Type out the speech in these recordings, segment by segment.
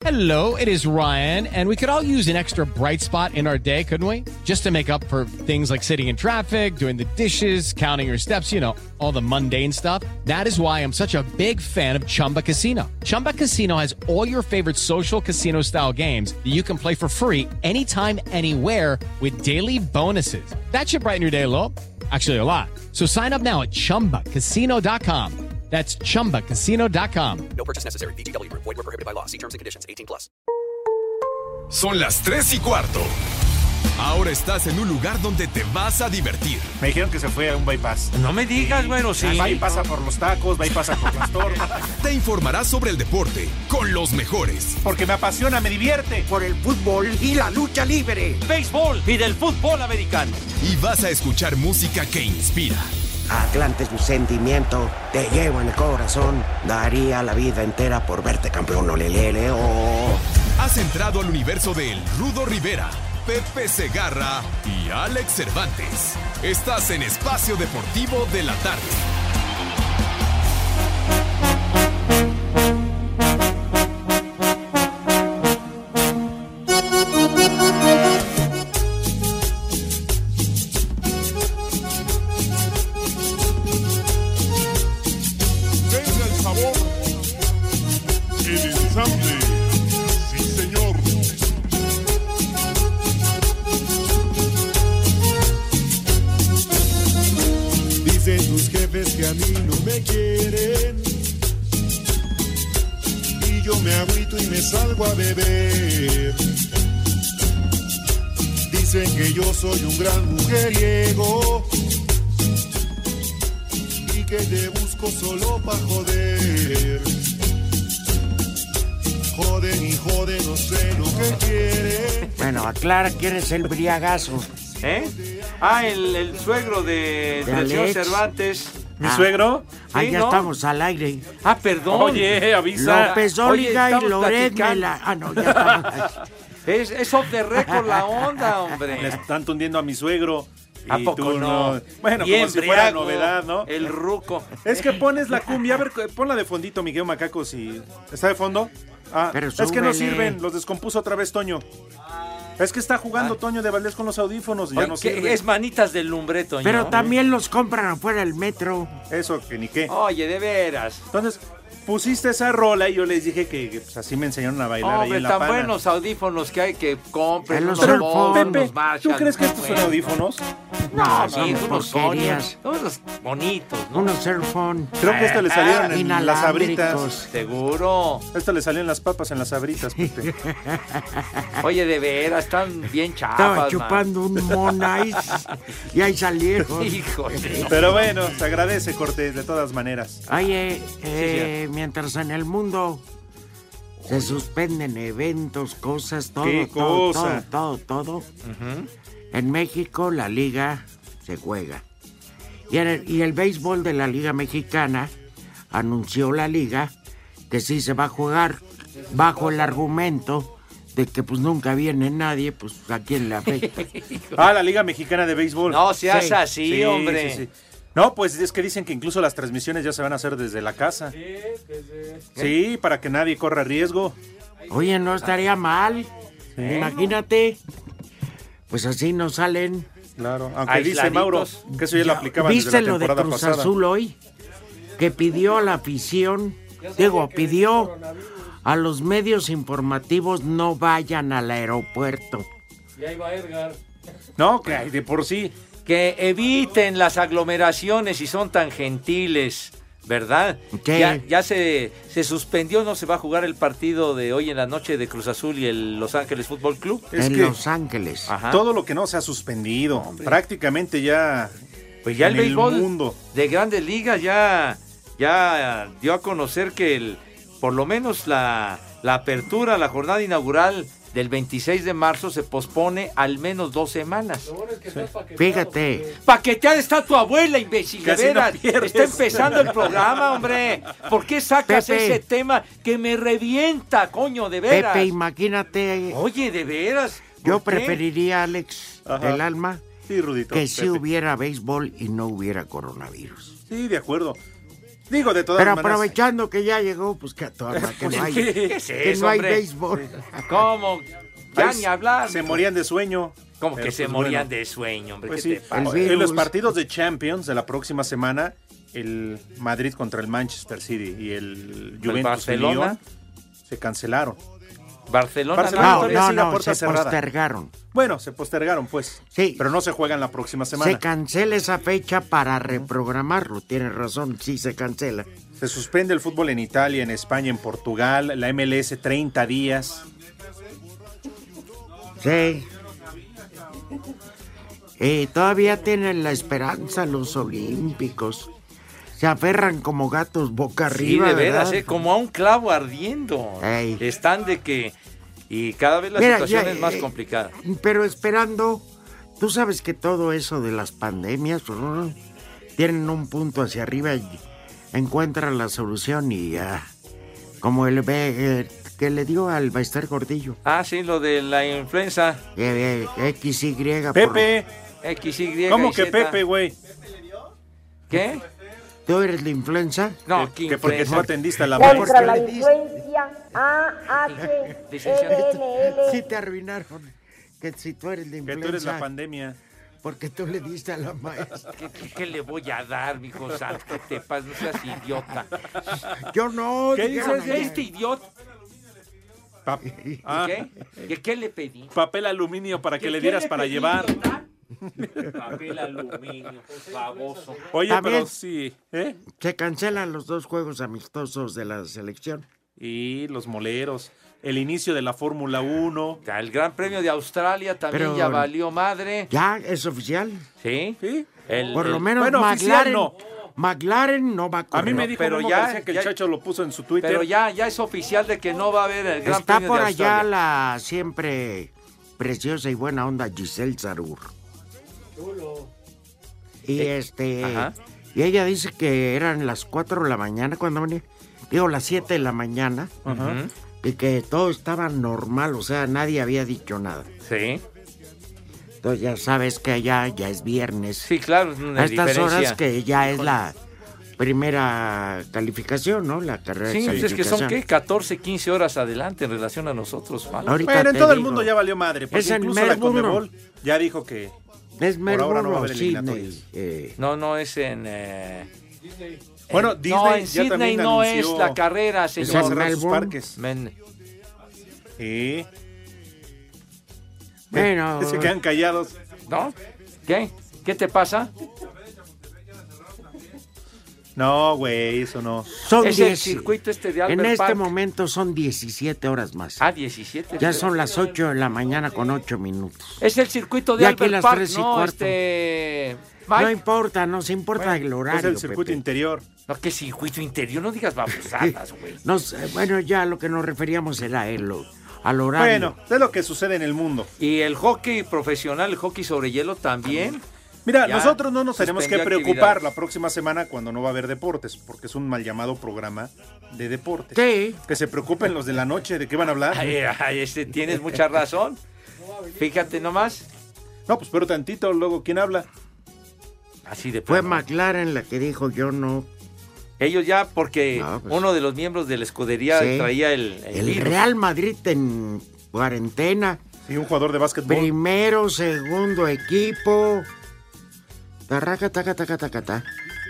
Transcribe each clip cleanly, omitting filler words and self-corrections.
Hello, it is Ryan, and we could all use an extra bright spot in our day, couldn't we? Just to make up for things like sitting in traffic, doing the dishes, counting your steps, you know, all the mundane stuff. That is why I'm such a big fan of Chumba Casino. Chumba Casino has all your favorite social casino-style games that you can play for free anytime, anywhere with daily bonuses. That should brighten your day a little. Actually, a lot. So sign up now at ChumbaCasino.com. That's ChumbaCasino.com. No purchase necessary. VGW Group. Void where prohibited by law. See terms and conditions. 18+. Son las 3:15. Ahora estás en un lugar donde te vas a divertir. Me dijeron que se fue a un bypass. No me digas, bueno, sí. Va y pasa por los tacos, va y pasa por las tortas. Te informarás sobre el deporte con los mejores. Porque me apasiona, me divierte. Por el fútbol y la lucha libre. Béisbol y del fútbol americano. Y vas a escuchar música que inspira. Atlante es mi sentimiento, te llevo en el corazón. Daría la vida entera por verte campeón, olelele, oh. Has entrado al universo de El Rudo Rivera, Pepe Segarra y Alex Cervantes. Estás en Espacio Deportivo de la Tarde. Que a mí no me quieren y yo me agüito y me salgo a beber. Dicen que yo soy un gran mujeriego y que te busco solo pa' joder. Joden y joden, no sé lo que quieren. Bueno, aclara quién es el briagazo. ¿Eh? Ah, el suegro del señor Cervantes. ¿Mi suegro? Ahí ya estamos al aire. Ah, perdón. Oye, avisa. López Óliga y Loret Mela. Ah, no, ya estamos. Es off the record la onda, hombre. Le están tundiendo a mi suegro. ¿A poco no? Bueno, bien como si fuera novedad, ¿no? El ruco. Es que pones la cumbia. A ver, ponla de fondito, Miguel Macaco, si... ¿Está de fondo? Ah, pero es que no sirven. Los descompuso otra vez Toño. Es que está jugando Toño de Valdés con los audífonos y ya no sirve. Es manitas del lumbre, Toño. Pero también los compran afuera del metro. Eso, que ni qué. Oye, de veras. Entonces, pusiste esa rola y yo les dije que pues, así me enseñaron a bailar ahí en La tan Pana. buenos audífonos que hay que comprar. Pero, Pepe, ¿tú crees que estos son audífonos? No, sí, unos Sonyos. Todos bonitos, ¿no? Unos Airphone. Creo que esto le salieron en las sabritas. Seguro. Esto le salió en las papas, en las sabritas, Pepe. Oye, de veras, están bien chafas. Estaba chupando un Monais y ahí salieron. Híjole. Pero bueno, se agradece, Cortés, de todas maneras. Oye, mientras en el mundo se suspenden eventos, cosas, todo. ¿Qué cosa? Todo. En México la liga se juega. Y el béisbol de la Liga Mexicana anunció la liga que sí se va a jugar bajo el argumento de que pues nunca viene nadie, pues a quién le afecta. La Liga Mexicana de Béisbol. No seas así, hombre. Sí. No, pues es que dicen que incluso las transmisiones ya se van a hacer desde la casa. Sí, para que nadie corra riesgo. Oye, no estaría mal. Sí. Imagínate. Pues así nos salen. Claro, aunque dice Mauro que eso ya lo aplicaban desde la temporada pasada. ¿Viste lo de Cruz Azul hoy? Que pidió a la afición, pidió a los medios informativos no vayan al aeropuerto. Y ahí va Edgar. No, que de por sí. Que eviten las aglomeraciones si son tan gentiles, ¿verdad? Ya se suspendió, no se va a jugar el partido de hoy en la noche de Cruz Azul y el Los Ángeles Fútbol Club. Los Ángeles. Ajá. Todo lo que no se ha suspendido, prácticamente ya. Pues ya el béisbol mundo de Grandes Ligas ya dio a conocer que por lo menos la apertura, la jornada inaugural del 26 de marzo se pospone al menos 2 semanas. Fíjate. Paqueteada está tu abuela, imbécil, de veras. No está empezando el programa, hombre. ¿Por qué sacas ese tema que me revienta, coño, de veras? Pepe, imagínate. Oye, de veras. Yo preferiría, Alex, del alma, sí, Rudito, que sí hubiera béisbol y no hubiera coronavirus. Sí, de acuerdo. Digo, de todas Pero maneras. aprovechando que ya llegó, pues que a toda madre, que no hay, ¿Qué es que eso, no hay hombre? béisbol. ¿Cómo? Ya Ahí ni hablar. Se morían de sueño. Como Pero que se pues morían bueno. de sueño, hombre. Pues ¿Qué sí, te pasa? El en los virus. partidos de Champions de la próxima semana, el Madrid contra el Manchester City y el Juventus y Barcelona. Lyon se cancelaron. Barcelona, Barcelona no. todavía sigue a puerta se cerrada. postergaron. Bueno, se postergaron, pues. Sí. Pero no se juegan la próxima semana. Se cancela esa fecha para reprogramarlo. Tienes razón, sí se cancela. Se suspende el fútbol en Italia, en España, en Portugal, la MLS 30 días. Sí. Y todavía tienen la esperanza los olímpicos. Se aferran como gatos boca Sí, arriba, de veras, ¿verdad? como a un clavo ardiendo. Ey. Están de que... Y cada vez la Mira, situación ya, es más complicada. Pero esperando, tú sabes que todo eso de las pandemias tienen un punto hacia arriba y encuentran la solución y como el que le dio al Baester Gordillo. Ah, sí, lo de la influenza. XY. Pepe, XY. ¿cómo y que Z. Pepe, güey? ¿Qué? ¿Tú eres la influenza? No, Que porque tú influenza. atendiste a la Contra maestra. la influencia AHLL. Sí te arruinaron. Que si tú eres la Que influenza. tú eres la pandemia. Porque tú le diste a la maestra. ¿Qué le voy a dar, mijo santo? ¿Qué te pasa? No seas idiota. Yo no. ¿Qué dijeron dices? a mí. Este idiota. Ah, ¿Qué le pedí? papel aluminio para que le dieras para llevar. Papel aluminio, baboso. Oye, También. pero sí, ¿eh? Se cancelan los 2 juegos amistosos de la selección. Y los moleros. El inicio de la Fórmula 1. El Gran Premio de Australia también Pero- ya valió madre. Ya es oficial. ¿Sí? ¿Sí? Por lo menos bueno, oficial McLaren no. McLaren no va a A correr. mí me dijo pero Memo ya- García que el ya- Chacho lo puso en su Twitter. Pero ya es oficial de que no va a haber el Gran Está Premio por de allá Australia. la siempre preciosa y buena onda Giselle Sarur. Y ajá. y ella dice que eran las 4 de la mañana cuando venía. Digo, las 7 de la mañana. Ujú. Y que todo estaba normal, o sea, nadie había dicho nada. Sí. Entonces ya sabes que allá ya es viernes. Sí, claro, es una A estas diferencia. horas que ya es la primera calificación, ¿no? La carrera Sí, de pues es que son, calificación. ¿qué? 14, 15 horas adelante en relación a nosotros, ¿vale? Ahorita Bueno, en te todo el digo. mundo ya valió madre. Porque Es en incluso la Melbourne. Conmebol ya dijo que Es por ahora no va a Melbourne o haber Sydney. eliminatorias. No es en... Bueno, no, Disney en ya Sydney también no anunció es la carrera, que va a señor. cerrar sus Melbourne. parques. Sí. Bueno, Se quedan callados. ¿No? ¿Qué? ¿Qué te pasa? No, güey, eso no. son Es el 10. circuito este de Albert En este Park. momento son 17 horas más. 17. Ya son las 8 de la mañana con 8 minutos. Es el circuito de Ya aquí Albert las Park, 3:15. Mike. No importa, nos importa el horario. Es el circuito Pepe. interior. No, ¿qué circuito interior? No digas babosadas, güey. Bueno, ya lo que nos referíamos era al horario. Bueno, es lo que sucede en el mundo. Y el hockey profesional, el hockey sobre hielo también. Mira, Ya nosotros no nos tenemos que suspendió preocupar actividades. la próxima semana cuando no va a haber deportes, porque es un mal llamado programa de deportes. Sí. Que se preocupen los de la noche, ¿de qué van a hablar? Tienes mucha razón. Fíjate nomás. No, pues pero tantito, luego, ¿quién habla? Así de Fue plano. McLaren la que dijo yo no. Ellos ya, porque No, pues. uno de los miembros de la escudería Sí. traía el El virus. Real Madrid en cuarentena. Y un jugador de básquetbol. Primero, segundo equipo. Tarraca, taca, taca, taca, taca.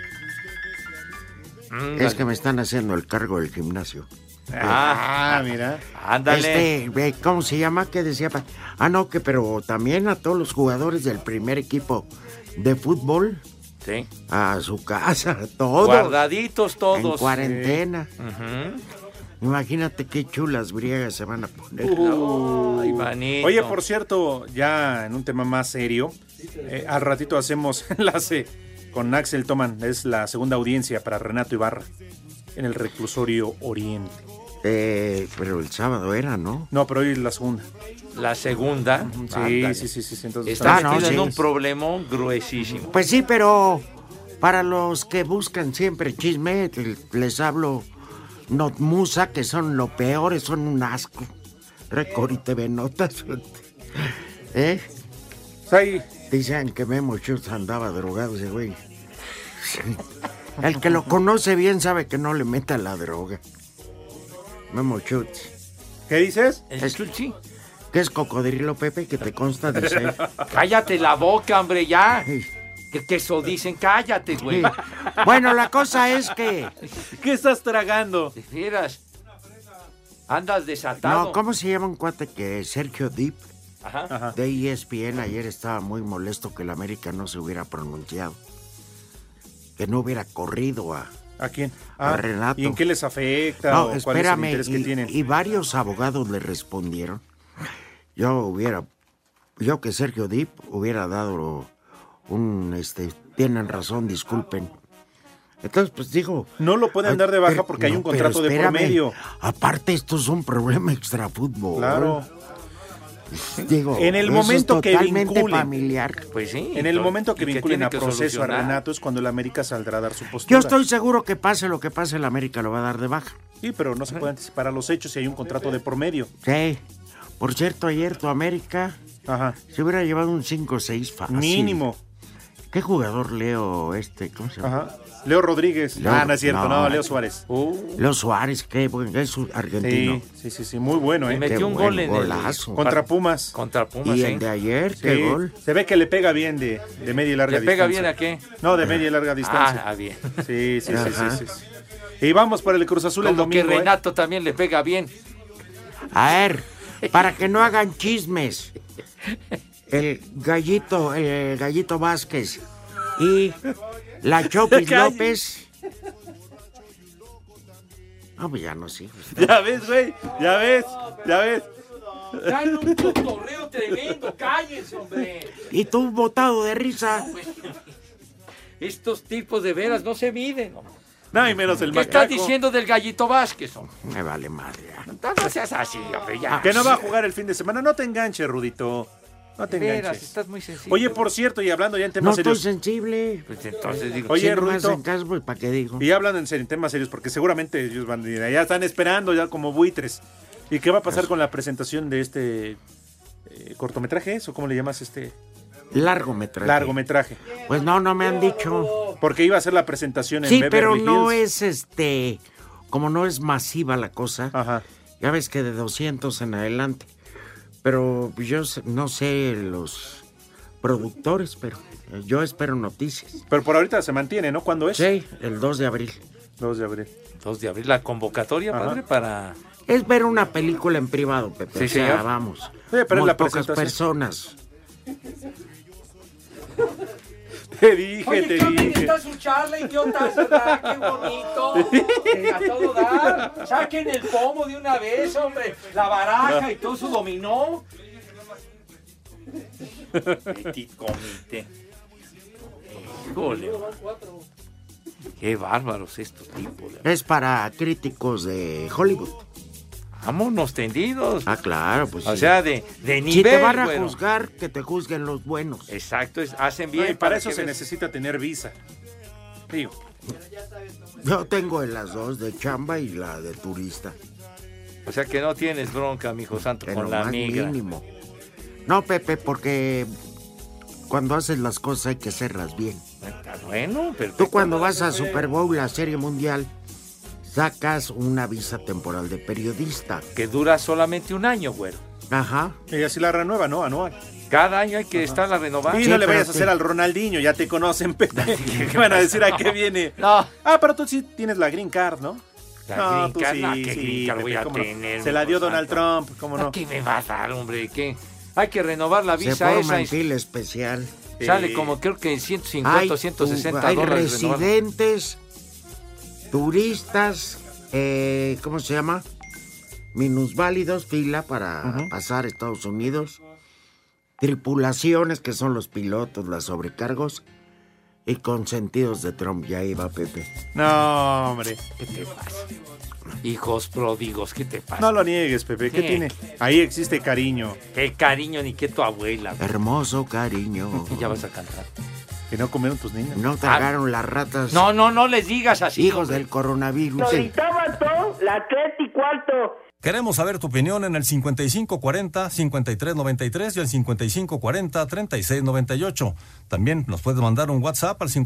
Es que me están haciendo el cargo del gimnasio. Mira. Ándale. ¿Cómo se llama? ¿Qué decía? No, pero también a todos los jugadores del primer equipo de fútbol Sí. a su casa, todos. Guardaditos todos. En cuarentena. Ujú. Imagínate qué chulas briegas se van a poner. Ay, manito. Oye, por cierto, ya en un tema más serio, al ratito hacemos enlace con Axel Toman. Es la segunda audiencia para Renato Ibarra en el reclusorio Oriente. Pero el sábado era, ¿no? No, pero hoy es la segunda. La segunda. Sí, ándale. sí. Entonces, Está no, metido en sí. un problemón gruesísimo. Pues sí, pero para los que buscan siempre chisme, les hablo Notmusa, que son lo peor, son un asco. Record y TV Notas. ahí, Dicen que Memo Schutz andaba drogado ese güey. El que lo conoce bien sabe que no le meta la droga. Memo Chutz. ¿Qué dices? ¿El Chuchi? ¿Qué es cocodrilo, Pepe? Que te consta de ser. Cállate la boca, hombre, ya. Sí. Que eso dicen, cállate, güey. Sí. Bueno, la cosa es que... ¿Qué estás tragando? De veras. Andas desatado. No, ¿cómo se llama un cuate que Sergio Dip? Ajá. De ESPN ayer estaba muy molesto que el América no se hubiera pronunciado. Que no hubiera corrido a quién? A Renato. ¿Y en qué les afecta? No, ¿O cuál espérame, es el interés que tienen? y varios abogados le respondieron. Yo que Sergio Dip hubiera dado tienen razón, disculpen. Entonces, pues digo... No lo pueden dar de baja porque hay un contrato de por medio. Aparte, esto es un problema extrafútbol. Claro. Digo, en el momento que vinculen, familiar. Pues sí. En el momento que vinculen a proceso a solucionar. Renato es cuando el América saldrá a dar su postura. Yo estoy seguro que pase lo que pase, el América lo va a dar de baja. Sí, pero no se puede anticipar a los hechos si hay un contrato de por medio. Sí. Por cierto, ayer tu América se hubiera llevado un 5-6 fácil. Mínimo. ¿Qué jugador Leo ¿Cómo se llama? Leo Rodríguez. No es cierto, no, Leo Suárez. Leo Suárez, qué bueno, es argentino. Sí, muy bueno, Y metió un gol en golazo. Contra Pumas. Y el de ayer, qué gol. Se ve que le pega bien de media y larga distancia. ¿Le pega bien a qué? No, de media y larga distancia. Bien. Sí. Y vamos por el Cruz Azul como el domingo. Que Renato también le pega bien. A ver, para que no hagan chismes. El Gallito Vázquez y la Chopis López. No, pues ya no sigo. Ya ves, güey, ya ves. Traen un cotorreo tremendo, cállense, hombre. Y tú botado de risa. Estos tipos de veras no se miden. No, y menos el ¿Qué macaco. estás diciendo del Gallito Vázquez, hombre? Me vale madre. No seas así, hombre, ya. Que no va a jugar el fin de semana. No te enganches, Rudito. No te Veras, enganches. estás muy sensible. Oye, por cierto, y hablando ya en No temas estoy serios. sensible. Pues entonces digo, Oye, Si no me Rudito. hacen caso, pues, ¿para qué digo? Y hablando en temas serios, porque seguramente ellos van a ir, ya están esperando ya como buitres. ¿Y qué va a pasar con la presentación de este cortometraje? ¿O cómo le llamas Largometraje. largometraje? Pues no me han dicho. Porque iba a ser la presentación en Sí, Beverly pero Hills. no es como no es masiva la cosa. Ajá. Ya ves que de 200 en adelante. Pero yo no sé los productores, pero yo espero noticias. Pero por ahorita se mantiene, ¿no? ¿Cuándo es? Sí, el 2 de abril. 2 de abril. 2 de abril, la convocatoria, Ajá. padre, para... Es ver una película en privado, Pepe. Sí, o sea, señor. vamos. Sí, pero es muy la pocas presentación. personas. Te dije, Oye, te ¿qué onda? dije. Está su charla, idiotas, ¿verdad? ¡Qué bonito! A todo dar. Saquen el pomo de una vez, hombre. La baraja y todo su dominó. Petit comité. Híjole. Qué bárbaros estos tipos. Es para críticos de Hollywood. Vámonos tendidos. Ah, claro, pues O sí. sea, de nivel. Si te van a bueno. juzgar, que te juzguen los buenos. Exacto, hacen No, bien. y para eso que se veas. necesita tener visa. Digo, Yo tengo en las dos, de chamba y la de turista. O sea que no tienes bronca, mijo santo, En con lo la más migra. mínimo. No, Pepe, porque cuando haces las cosas hay que hacerlas bien. Está bueno, pero... Tú cuando vas a Super Bowl, la Serie Mundial, sacas una visa temporal de periodista. Que dura solamente un año, güero. Ajá. y así la renueva, ¿no? Anual. Cada año hay que estarla renovando. Y Sí, no le pero vayas a te- hacer al Ronaldinho, ya te conocen, Pepe. ¿Qué van a decir a qué viene? No. Ah, pero tú sí tienes la green card, ¿no? La No, green tú card, sí, no, ¿qué sí, green card voy Pepe, a ¿cómo no? tener? Se la dio mijo Donald santo? Trump, ¿cómo no? ¿Qué me va a dar, hombre? ¿Qué? Hay que renovar la Se visa forma esa. en fila especial. Sale como creo que en 150 Hay, o 160 hay dólares. renovar. residentes, turistas, ¿cómo se llama? Minusválidos, fila para pasar a Estados Unidos. Tripulaciones, que son los pilotos, las sobrecargos. Y consentidos de Trump. Ya iba Pepe. No, hombre. ¿Qué te pasa? Hijos pródigos, ¿qué te pasa? No lo niegues, Pepe. ¿Qué Sí. tiene? Ahí existe cariño. Qué cariño ni qué tu abuela. Hermoso cariño. Y ya vas a cantar. Que no comieron tus niños. No tragaron las ratas. No les digas así. Hijos hombre. del coronavirus. Ahorita mató la 3 y cuarto. Queremos saber tu opinión en el 5540-5393 y el 5540-3698. También nos puedes mandar un WhatsApp al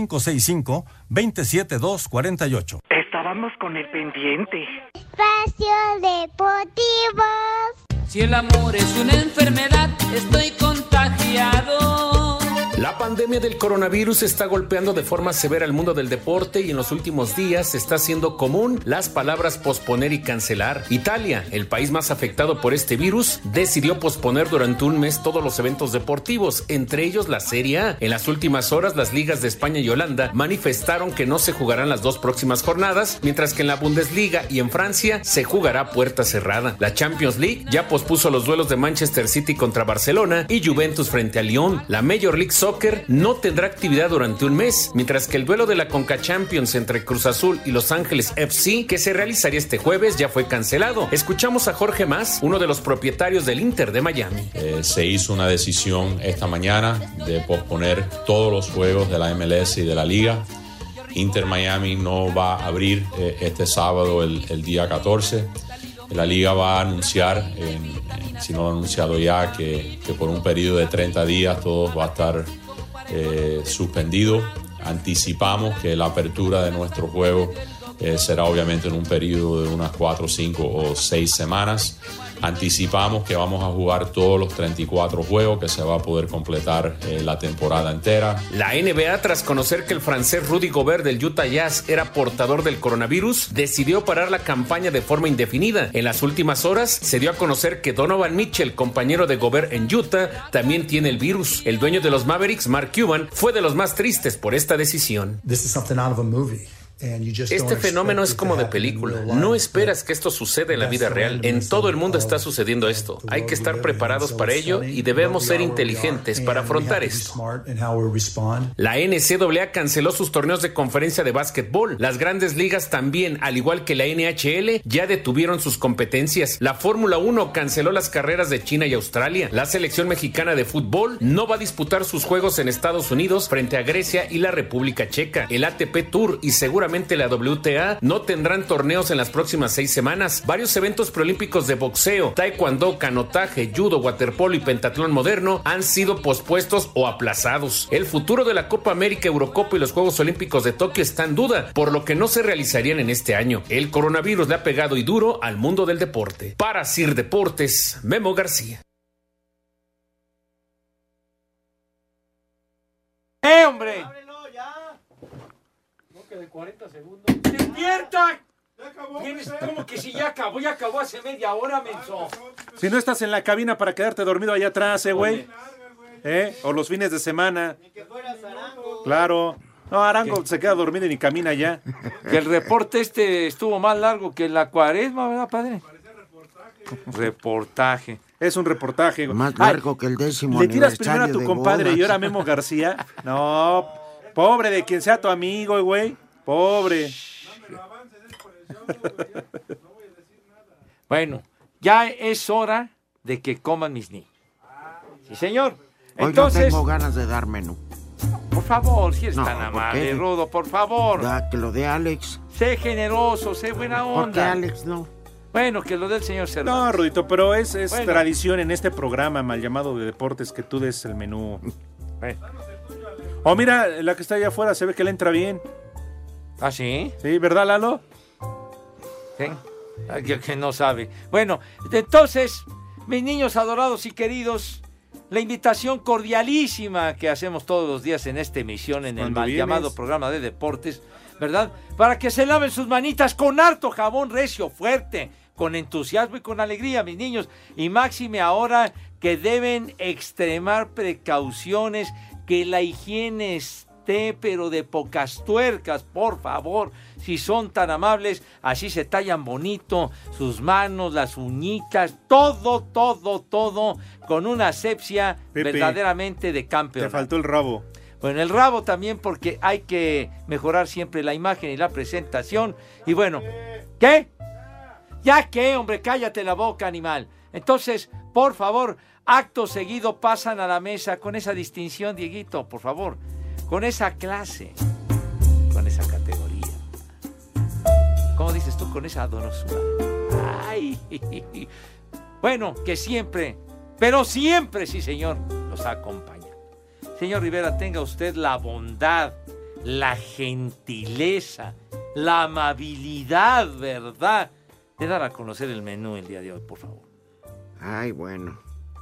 5565-27248. Estábamos con el pendiente. Espacio Deportivo. Si el amor es una enfermedad, estoy contagiado. La pandemia del coronavirus está golpeando de forma severa al mundo del deporte y en los últimos días está siendo común las palabras posponer y cancelar. Italia, el país más afectado por este virus, decidió posponer durante un mes todos los eventos deportivos, entre ellos la Serie A. En las últimas horas, las ligas de España y Holanda manifestaron que no se jugarán las 2 próximas jornadas, mientras que en la Bundesliga y en Francia se jugará a puerta cerrada. La Champions League ya pospuso los duelos de Manchester City contra Barcelona y Juventus frente a Lyon. La Major League Soccer no tendrá actividad durante un mes, mientras que el duelo de la Conca Champions entre Cruz Azul y Los Ángeles FC, que se realizaría este jueves, ya fue cancelado. Escuchamos a Jorge Mas, uno de los propietarios del Inter de Miami. Se hizo una decisión esta mañana de posponer todos los juegos de la MLS y de la Liga. Inter Miami no va a abrir este sábado el día 14. La Liga va a anunciar, si no lo ha anunciado ya, que por un periodo de 30 días todo va a estar suspendido. Anticipamos que la apertura de nuestro juego será obviamente en un periodo de unas 4, 5 o 6 semanas. Anticipamos que vamos a jugar todos los 34 juegos, que se va a poder completar la temporada entera. La NBA, tras conocer que el francés Rudy Gobert del Utah Jazz era portador del coronavirus, decidió parar la campaña de forma indefinida. En las últimas horas se dio a conocer que Donovan Mitchell, compañero de Gobert en Utah, también tiene el virus. El dueño de los Mavericks, Mark Cuban, fue de los más tristes por esta decisión. Este fenómeno es como de película. No esperas que esto suceda en la vida real. En todo el mundo está sucediendo esto. Hay que estar preparados para ello y debemos ser inteligentes para afrontar esto. La NCAA canceló sus torneos de conferencia de básquetbol. Las grandes ligas también, al igual que la NHL, ya detuvieron sus competencias. La Fórmula 1 canceló las carreras de China y Australia. La selección mexicana de fútbol no va a disputar sus juegos en Estados Unidos frente a Grecia y la República Checa. El ATP Tour y seguramente la WTA no tendrán torneos en las próximas 6 semanas. Varios eventos preolímpicos de boxeo, taekwondo, canotaje, judo, waterpolo y pentatlón moderno han sido pospuestos o aplazados. El futuro de la Copa América, Eurocopa y los Juegos Olímpicos de Tokio está en duda, por lo que no se realizarían en este año. El coronavirus le ha pegado y duro al mundo del deporte. Para Sir Deportes, Memo García. ¡Hombre! De 40 segundos. ¡Despierta! ¿Tienes como que si ya acabó hace media hora, menso? Si no estás en la cabina para quedarte dormido allá atrás, güey. O los fines de semana. Ni que fueras Arango. Claro. No, Arango se queda dormido y ni camina ya. Que el reporte estuvo más largo que la cuaresma, ¿verdad, padre? Reportaje. Es un reportaje. Más largo que el 10º ¿Le tiras primero a tu de compadre bodas. y ahora Memo García? No, pobre de quien sea tu amigo, güey. Pobre. Bueno, ya es hora de que coman mis niños. Sí, señor. Hoy entonces, no tengo ganas de dar menú. Por favor, si eres No, tan ¿por amable, qué? Rudo, por favor. Ya, que lo de Alex. Sé generoso, sé buena onda. ¿Por qué Alex no? Bueno, que lo del señor Cervantes. No, Rudito, pero es Bueno. tradición en este programa mal llamado de deportes que tú des el menú. Bueno. Oh, mira, la que está allá afuera se ve que le entra bien. ¿Ah, sí? Sí, ¿verdad, Lalo? ¿Sí? Alguien que no sabe. Bueno, entonces, mis niños adorados y queridos, la invitación cordialísima que hacemos todos los días en esta emisión, en el mal llamado programa de deportes, ¿verdad? Para que se laven sus manitas con harto jabón recio, fuerte, con entusiasmo y con alegría, mis niños. Y máxime ahora que deben extremar precauciones, que la higiene esté, pero de pocas tuercas, por favor, si son tan amables, así se tallan bonito sus manos, las uñitas, todo, con una asepsia Pepe, verdaderamente de campeón. Te faltó el rabo. Bueno, el rabo también, porque hay que mejorar siempre la imagen y la presentación. Y bueno, ¿qué? ¿Ya qué, hombre? Cállate la boca, animal. Entonces, por favor, acto seguido pasan a la mesa con esa distinción, Dieguito, por favor. Con esa clase, con esa categoría. ¿Cómo dices tú? Con esa donosura. Ay, Ay. Bueno, que siempre, pero siempre, sí, señor, los acompaña. Señor Rivera, tenga usted la bondad, la gentileza, la amabilidad, ¿verdad?, de dar a conocer el menú el día de hoy, por favor. Ay, bueno.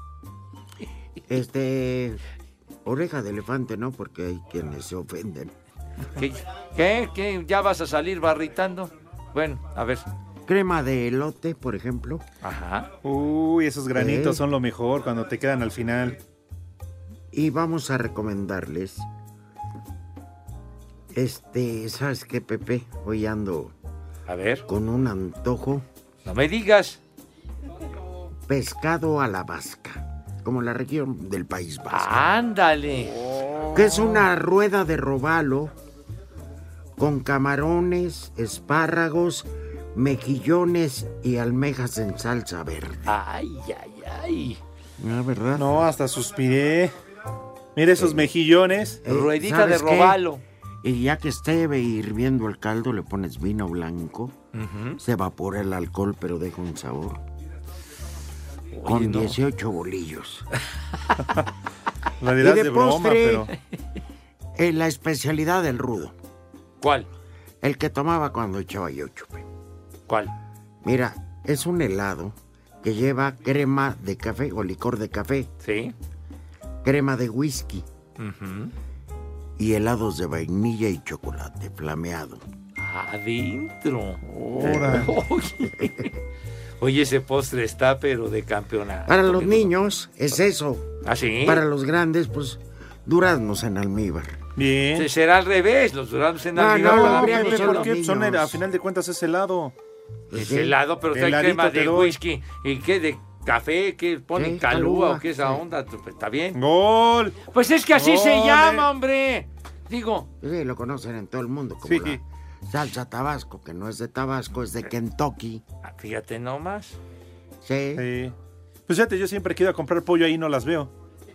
Oreja de elefante, ¿no? Porque hay quienes se ofenden. ¿Qué? ¿Ya vas a salir barritando? Bueno, a ver. Crema de elote, por ejemplo. Ajá. Uy, esos granitos son lo mejor cuando te quedan al final. Y vamos a recomendarles... ¿sabes qué, Pepe? Hoy ando... A ver. Con un antojo. No me digas. Pescado a la vasca, como la región del País Vasco. ¡Ándale! Que es una rueda de robalo con camarones, espárragos, mejillones y almejas en salsa verde. ¡Ay! ¿No, verdad? No, hasta suspiré. Mira esos mejillones. Ruedita de robalo. Y ya que esté hirviendo el caldo, le pones vino blanco. Se evapora el alcohol, pero deja un sabor. Oye, con 18 bolillos. La dirás de broma, postre, pero... la especialidad del rudo. ¿Cuál? El que tomaba cuando echaba yo chupe. ¿Cuál? Mira, es un helado que lleva crema de café o licor de café. Sí. Crema de whisky. Y helados de vainilla y chocolate flameado. Adentro. Oye, ese postre está pero de campeonato. Para los niños es eso. ¿Ah, sí? Para los grandes, pues, duraznos en almíbar. Bien. Será al revés, los duraznos en almíbar. Porque son, a final de cuentas, es helado. Es helado, pero trae crema de whisky. ¿Y qué? ¿De café? ¿Qué pone? ¿Calúa o qué es esa onda? ¿Está bien? ¡Gol! Pues es que así se llama, hombre. Digo. Sí, lo conocen en todo el mundo como la salsa Tabasco, que no es de Tabasco, es de Kentucky. Fíjate nomás. Sí. Pues fíjate, yo siempre que iba a comprar pollo ahí no las veo.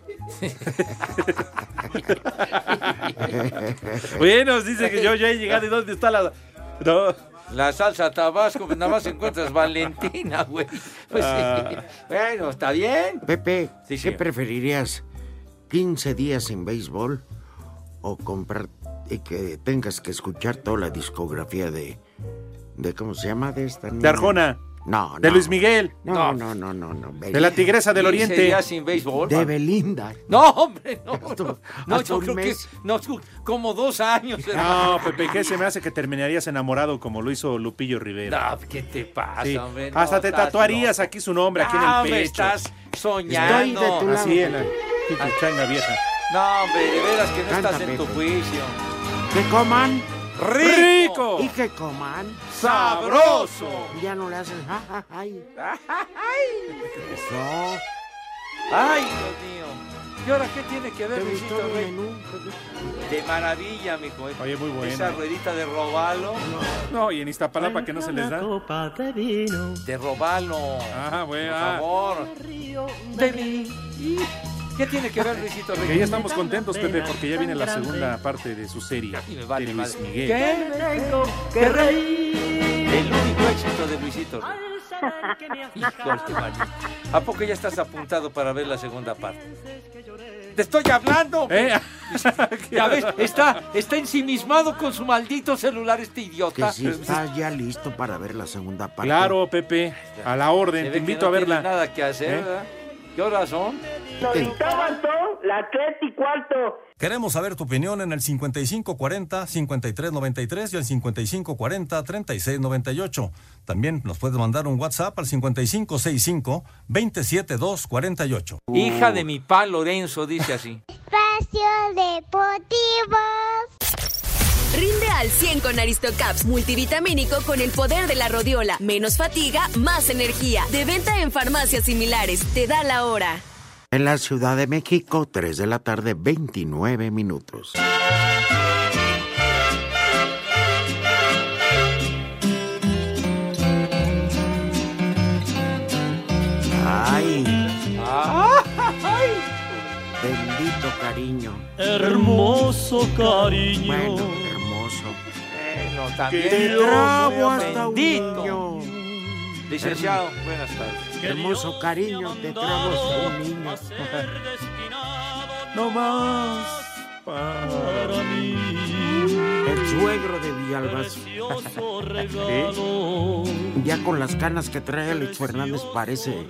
Bueno, dice que yo ya he llegado. ¿Y dónde está la...? No. La salsa Tabasco, pues nada más encuentras Valentina, güey. Pues sí. Bueno, está bien. Pepe, Sí, ¿qué preferirías? ¿15 días sin béisbol? ¿O comprar y que tengas que escuchar toda la discografía de ¿cómo se llama? De esta niña. De Arjona. No. De Luis Miguel. No. De la Tigresa del Oriente. 15 días sin béisbol. De Belinda. No, hombre, no. No, yo creo que como 2 años. No, Pepe, ¿qué se me hace que terminarías enamorado como lo hizo Lupillo Rivera? No, ¿qué te pasa, Sí. hombre? Hasta te tatuarías aquí su nombre, aquí en el pecho. Estás soñando. Estoy de tu lado. Así en la changa vieja. No, hombre, de veras que no Canta, estás en tu Pepe. juicio. Que coman ¡Rico! y que coman ¡Sabroso! Ya no le hacen ay. Eso. ¡Ay, Dios mío! ¿Y ahora qué tiene que ver, ¿Te Luisito gustó el Rey? menú? De maravilla, mijo. Oye, muy buena. Esa ruedita de robalo. No, y en Iztapalapa que no se les da. De robalo. Ah, bueno. Por favor. De mí. ¿Qué tiene que ver, Luisito Rey? Que ya estamos contentos, Pepe, porque ya viene la segunda parte de su serie Y me vale de Luis madre. Miguel. ¿Qué? Tengo que reír. El único éxito de Luisito Rey. Híjole, manito. ¿A poco ya estás apuntado para ver la segunda parte? ¡Te estoy hablando! Ya ves, está ensimismado con su maldito celular este idiota. Que si estás ya listo para ver la segunda parte. Claro, Pepe, a la Se orden, ve te que invito no a verla. tiene nada que hacer, ¿verdad? ¿Qué horas son? Ahorita son las 3:15. Queremos saber tu opinión en el 5540-5393 y el 5540-3698. También nos puedes mandar un WhatsApp al 5565-27248. Hija de mi pa Lorenzo, dice así. Espacio Deportivo. Rinde al 100 con Aristocaps multivitamínico con el poder de la rodiola. Menos fatiga, más energía. De venta en farmacias similares. Te da la hora. En la Ciudad de México, 3 de la tarde, 29 minutos. ¡Ay! ¡Ay! Bendito cariño. Hermoso cariño. Bueno, hermoso. También. Te trabo hasta un bendito. niño. Licenciado, buenas tardes. Hermoso cariño, te trago un niño. No más para mí. El suegro de Villalbazo. Ya con las canas que trae Alex Fernández parece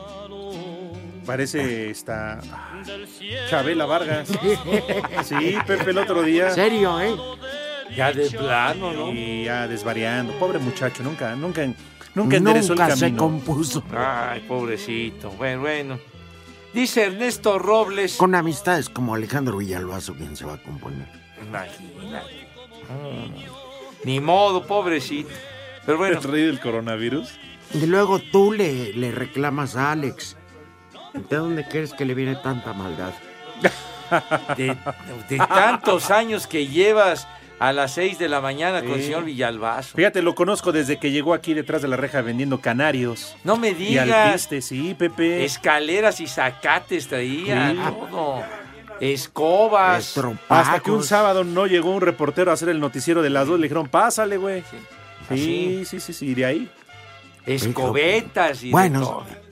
esta Chabela Vargas. Sí, Pepe, el otro día. ¿Serio, Ya de plano, ¿no? Y ya desvariando. Pobre muchacho, nunca enderezó el camino. Se compuso. Ay, pobrecito. Bueno. Dice Ernesto Robles. Con amistades como Alejandro Villalbazo, ¿quién se va a componer? Imagínate. Ni modo, pobrecito. Pero bueno. ¿El rey del coronavirus? Y luego tú le reclamas a Alex. ¿De dónde crees que le viene tanta maldad? De tantos años que llevas a las 6 de la mañana con el señor Villalbazo. Fíjate, lo conozco desde que llegó aquí detrás de la reja vendiendo canarios. No me digas. Y alpiste, sí, Pepe. Escaleras y zacates traía, todo. Escobas. Hasta que un sábado no llegó un reportero a hacer el noticiero de las 2. Le dijeron, pásale, güey. Sí. Y de ahí. Escobetas y bueno. de todo.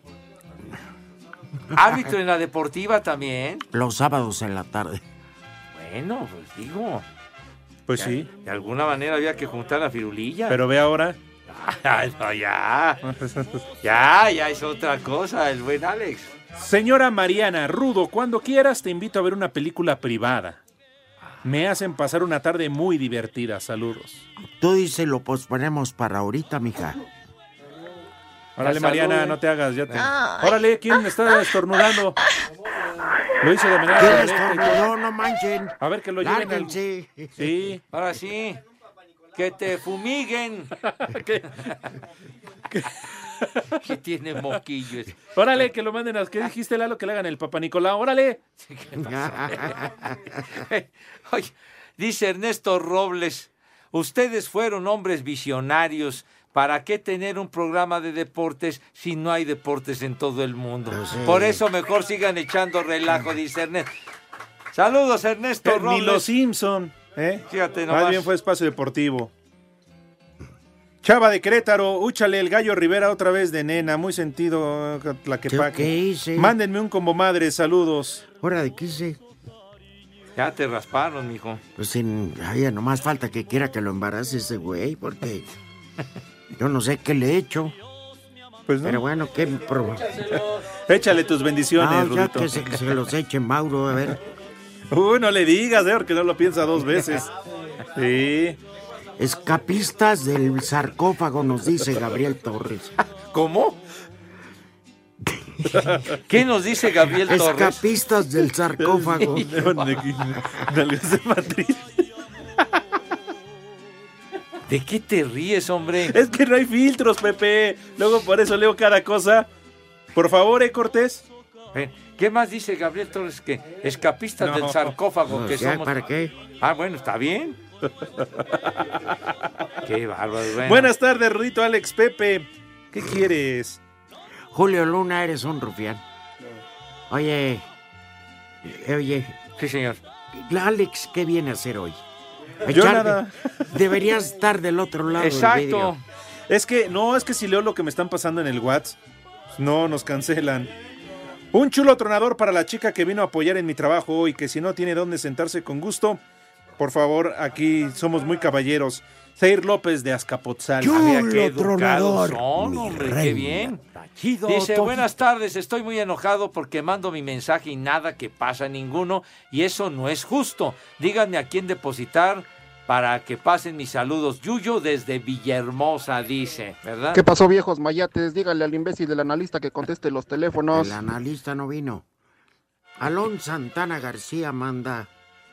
Árbitro en la deportiva también. Los sábados en la tarde. Bueno, pues digo. Pues ya, sí. De alguna manera había que juntar la firulilla. Pero ve ahora. No, ya es otra cosa, el buen Alex. Señora Mariana, Rudo, cuando quieras te invito a ver una película privada. Me hacen pasar una tarde muy divertida. Saludos. Tú dices, lo posponemos para ahorita, mija. Órale, Mariana, no te hagas. Órale, ¿quién está estornudando? Lo hizo de manera correcta. No manchen. A ver, que lo lleven. Sí. Ahora sí. Que te fumiguen. Que tiene moquillos. Órale, que lo manden a... ¿Qué dijiste, Lalo? Que le hagan el Papá Nicolau. ¡Órale! Oye, dice Ernesto Robles, ustedes fueron hombres visionarios. ¿Para qué tener un programa de deportes si no hay deportes en todo el mundo? Sí. Por eso mejor sigan echando relajo, dice Ernesto. Saludos, Ernesto Robles. Ni los Simpson, Fíjate nomás. Más bien fue Espacio Deportivo. Chava de Querétaro, úchale el Gallo Rivera otra vez de nena, muy sentido la que pague. ¿Qué hice? Mándenme un combo madre, saludos. ¿Hora de qué hice? Ya te rasparon, mijo. Pues nomás falta que quiera que lo embarace ese güey, porque yo no sé qué le he hecho. Pues no. Pero bueno, qué Échale tus bendiciones, ya Rudito. que se los eche Mauro, a ver. No le digas, porque no lo piensa dos veces. Sí. Escapistas del sarcófago, nos dice Gabriel Torres. ¿Cómo? ¿Qué nos dice Gabriel Torres? Escapistas del sarcófago. ¿De qué te ríes, hombre? Es que no hay filtros, Pepe. Luego por eso leo cada cosa. Por favor, Cortés. ¿Qué más dice Gabriel Torres? Que escapistas del sarcófago que somos. ¿Para qué? Bueno, está bien. Qué bárbaro. Bueno. Buenas tardes, Rudito, Alex, Pepe. ¿Qué quieres? Julio Luna, eres un rufián. Oye. Sí, señor. Alex, ¿qué viene a hacer hoy? Yo nada. Deberías estar del otro lado. Exacto. Es que si leo lo que me están pasando en el WhatsApp, no, nos cancelan. Un chulo tronador para la chica que vino a apoyar en mi trabajo hoy, que si no tiene dónde sentarse con gusto, por favor, aquí somos muy caballeros. Seir López de Azcapotzalco. Chulo tronador. Son, hombre, qué bien. Dice, buenas tardes, estoy muy enojado porque mando mi mensaje y nada que pasa ninguno, y eso no es justo. Díganme a quién depositar para que pasen mis saludos. Yuyo desde Villahermosa, dice, ¿verdad? ¿Qué pasó, viejos mayates? Dígale al imbécil del analista que conteste los teléfonos. El analista no vino. Alon Santana García manda...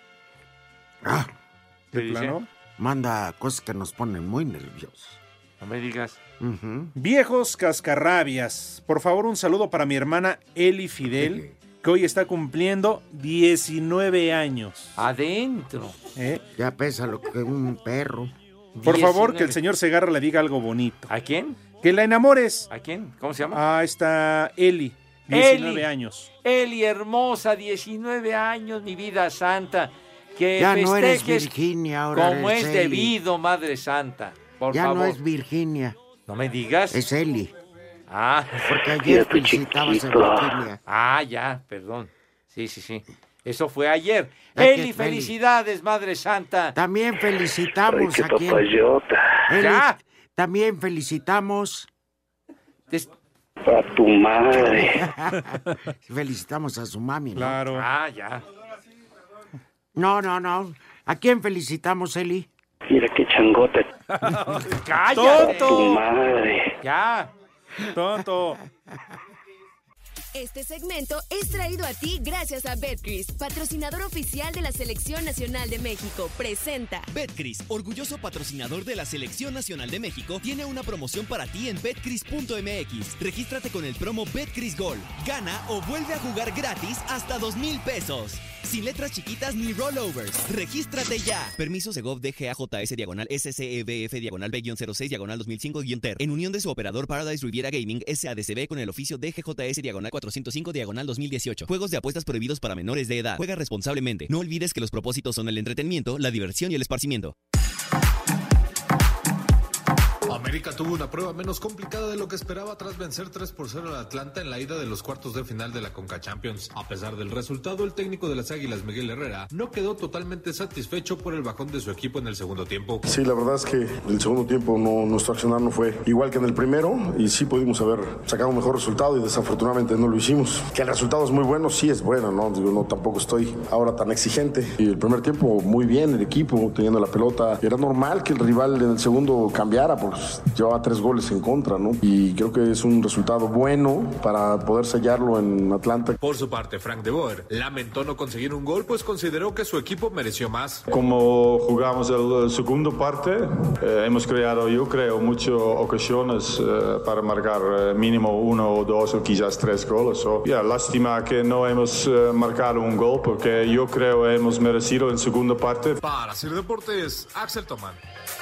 ¿De plano? Manda cosas que nos ponen muy nerviosos. No me digas. Viejos cascarrabias. Por favor, un saludo para mi hermana Eli Fidel, que hoy está cumpliendo 19 años. Adentro. Ya pesa lo que un perro. Por favor, que el señor Segarra le diga algo bonito. ¿A quién? Que la enamores. ¿A quién? ¿Cómo se llama? Ah, está Eli, 19 años. Eli hermosa, 19 años, mi vida santa. Que ya no eres festejes Virginia, ahora como eres es Eli. Debido, Madre Santa. Por ya favor. No es Virginia. No me digas. Es Eli. Ah. Porque ayer felicitabas a Virginia. Ah, ya, perdón. Sí. Eso fue ayer. Eli, Eli, felicidades, Madre Santa. También felicitamos Ay, a qué quien... papayota. Eli, Ya. también felicitamos... A tu madre. Felicitamos a su mami, ¿no? Claro. Ah, ya. No. ¿A quién felicitamos, Eli? Mira qué changote. ¡Cállate! Tu madre. Ya. Tonto. Este segmento es traído a ti gracias a Betcris, patrocinador oficial de la Selección Nacional de México. Presenta. Betcris, orgulloso patrocinador de la Selección Nacional de México, tiene una promoción para ti en betcris.mx. Regístrate con el promo Betcris Gol. Gana o vuelve a jugar gratis hasta 2,000 pesos. Sin letras chiquitas ni rollovers. Regístrate ya. Permiso Segov DGAJS /SCEBF B-06 2005-TER. En unión de su operador Paradise Riviera Gaming SADCB con el oficio DGJS 405 2018. Juegos de apuestas prohibidos para menores de edad. Juega responsablemente. No olvides que los propósitos son el entretenimiento, la diversión y el esparcimiento. América tuvo una prueba menos complicada de lo que esperaba tras vencer 3-0 al Atlanta en la ida de los cuartos de final de la Conca Champions. A pesar del resultado, el técnico de las Águilas, Miguel Herrera, no quedó totalmente satisfecho por el bajón de su equipo en el segundo tiempo. Sí, la verdad es que el segundo tiempo nuestro accionar no fue igual que en el primero y sí pudimos haber sacado un mejor resultado y desafortunadamente no lo hicimos. Que el resultado es muy bueno, sí es bueno, ¿no? Digo, no tampoco estoy ahora tan exigente. Y el primer tiempo muy bien, el equipo teniendo la pelota. Era normal que el rival en el segundo cambiara porque llevaba 3 goles en contra, ¿no? Y creo que es un resultado bueno para poder sellarlo en Atlanta. Por su parte, Frank de Boer lamentó no conseguir un gol, pues consideró que su equipo mereció más. Como jugamos el segundo parte, hemos creado, yo creo, muchas ocasiones para marcar mínimo 1 o 2 o quizás 3 goles. Lástima que no hemos marcado un gol porque yo creo que hemos merecido en segunda parte. Para Sir Deportes, Axel Tomán.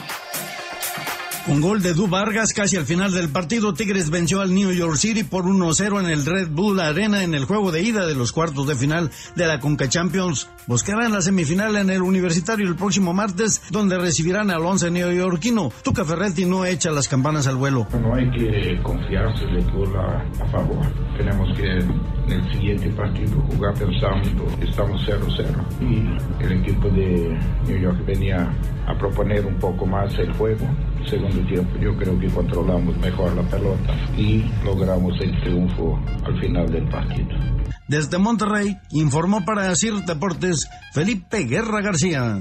Con gol de Du Vargas casi al final del partido, Tigres venció al New York City por 1-0 en el Red Bull Arena en el juego de ida de los cuartos de final de la Conca Champions. Buscarán la semifinal en el Universitario el próximo martes, donde recibirán al 11 neoyorquino. Tuca Ferretti no echa las campanas al vuelo. No hay que confiarse de gol a favor. Tenemos que en el siguiente partido jugar pensando que estamos 0-0. Y el equipo de New York venía a proponer un poco más el juego. Segundo tiempo yo creo que controlamos mejor la pelota y logramos el triunfo al final del partido. Desde Monterrey, informó para Sir Deportes Felipe Guerra García.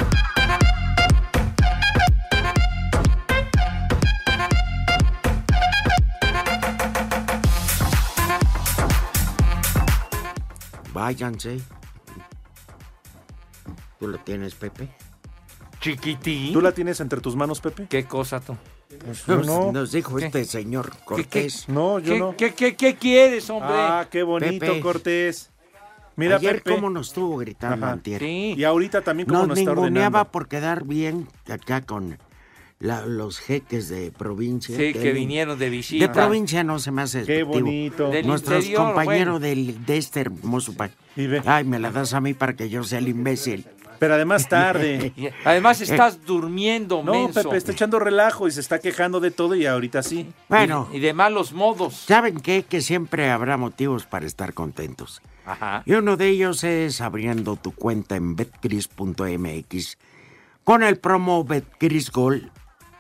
Váyanse. ¿Tú lo tienes, Pepe? Chiquitín. ¿Tú la tienes entre tus manos, Pepe? ¿Qué cosa tú? Nos dijo este señor Cortés. No, yo no. ¿Qué quieres, hombre? Ah, qué bonito, Pepe. Cortés. Mira, ayer Pepe, cómo nos estuvo gritando antier. Sí. Y ahorita también cómo nos está ordenando. Nos ninguneaba por quedar bien acá con los jeques de provincia. Sí, que vinieron de visita. De provincia no se me hace qué despectivo. Bonito. Nuestros compañeros de este hermoso país. Ay, me la das a mí para que yo sea el imbécil. Pero además tarde. Además estás durmiendo, no, menso. Pepe está echando relajo y se está quejando de todo y ahorita sí. Bueno. Y de malos modos. ¿Saben qué? Que siempre habrá motivos para estar contentos. Ajá. Y uno de ellos es abriendo tu cuenta en betcris.mx con el promo Betcris Gol.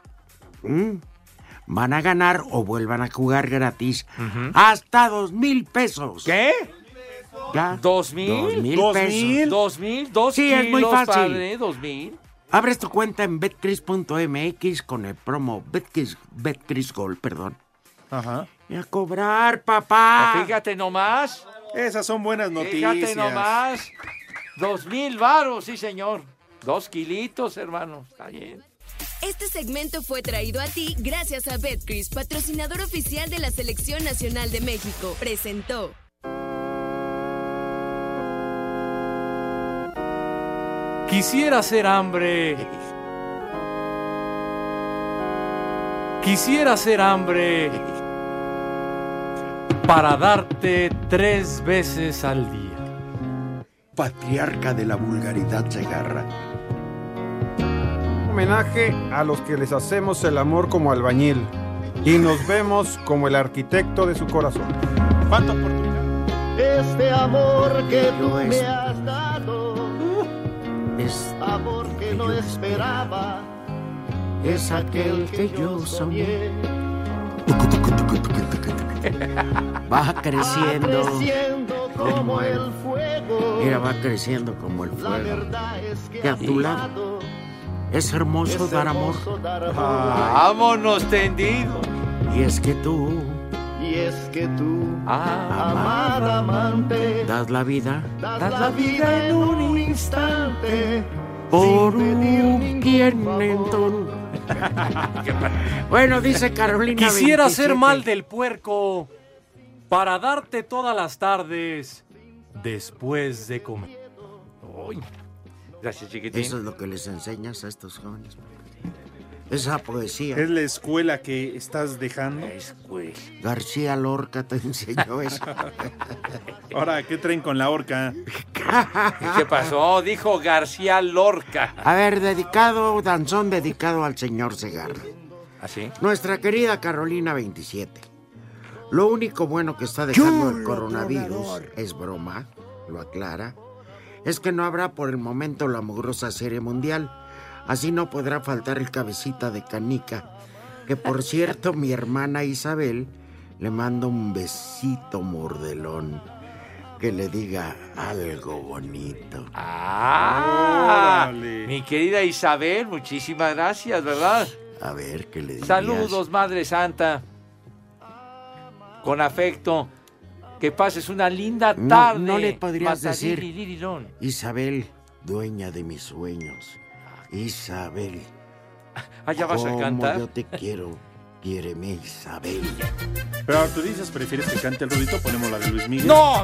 Van a ganar o vuelvan a jugar gratis hasta 2,000 pesos. ¿Qué? ¿Ya? ¿2,000 pesos? 2,000, 2 sí, kilos, es muy fácil. Padre, 2,000. Abres tu cuenta en betcris.mx con el promo Betcris Gol, perdón. Ajá. Y a cobrar, papá. Fíjate nomás. Esas son buenas noticias. Fíjate nomás. 2,000 varos, sí, señor. 2 kilitos, hermano. Está bien. Este segmento fue traído a ti gracias a Betcris, patrocinador oficial de la Selección Nacional de México. Presentó. Quisiera hacer hambre. Quisiera hacer hambre para darte 3 veces al día. Patriarca de la vulgaridad Segarra. Homenaje a los que les hacemos el amor como albañil. y nos vemos como el arquitecto de su corazón. ¿Cuánta oportunidad? Este amor que tú me has dado, amor que no esperaba, es aquel que yo soñé. Va creciendo como el fuego. Mira, va creciendo como el fuego. Y a tu lado es hermoso dar amor. Vámonos tendidos. Y es que tú, amada amante, das la vida en un instante por un quienentón. Bueno, dice Carolina. Quisiera 27. ser mal del puerco para darte todas las tardes después de comer. Uy. Gracias, chiquitín. Eso es lo que les enseñas a estos jóvenes. Esa poesía. ¿Es la escuela que estás dejando? García Lorca te enseñó eso. Ahora, ¿qué traen con la horca? ¿Qué pasó? Dijo García Lorca. A ver, danzón dedicado al señor Segarra. ¿Así? Nuestra querida Carolina 27. Lo único bueno que está dejando el coronavirus es broma, lo aclara, es que no habrá por el momento la mugrosa serie mundial. Así no podrá faltar el cabecita de canica, que por cierto mi hermana Isabel le manda un besito mordelón, que le diga algo bonito. Mi querida Isabel, muchísimas gracias, ¿verdad? A ver, ¿qué le digas? Saludos, Madre Santa. Con afecto. Que pases una linda tarde. No le podrías decir, Lirilón. Isabel, dueña de mis sueños. Isabel. ¿Ya vas a cantar? Como yo te quiero, quiéreme, Isabel. Pero tú dices, ¿prefieres que cante el Rudito? Ponemos la de Luis Miguel. No.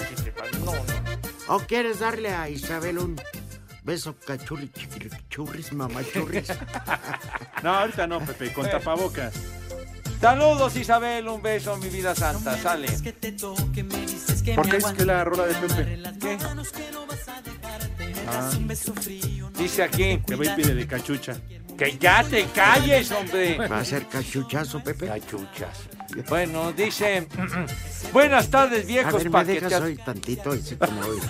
¿O quieres darle a Isabel un beso churris, mamá churris? No, ahorita no, Pepe, con tapabocas. Saludos, Isabel, un beso, mi vida santa, sale. ¿Por qué es que la rola de Pepe? ¿Qué? Dice aquí. Que va y pide de cachucha. Que ya te calles, hombre. ¿Va a ser cachuchazo, Pepe? Cachuchas. Bueno, dice... Buenas tardes, viejos. A ver, me dejas hoy tantito, así como hoy.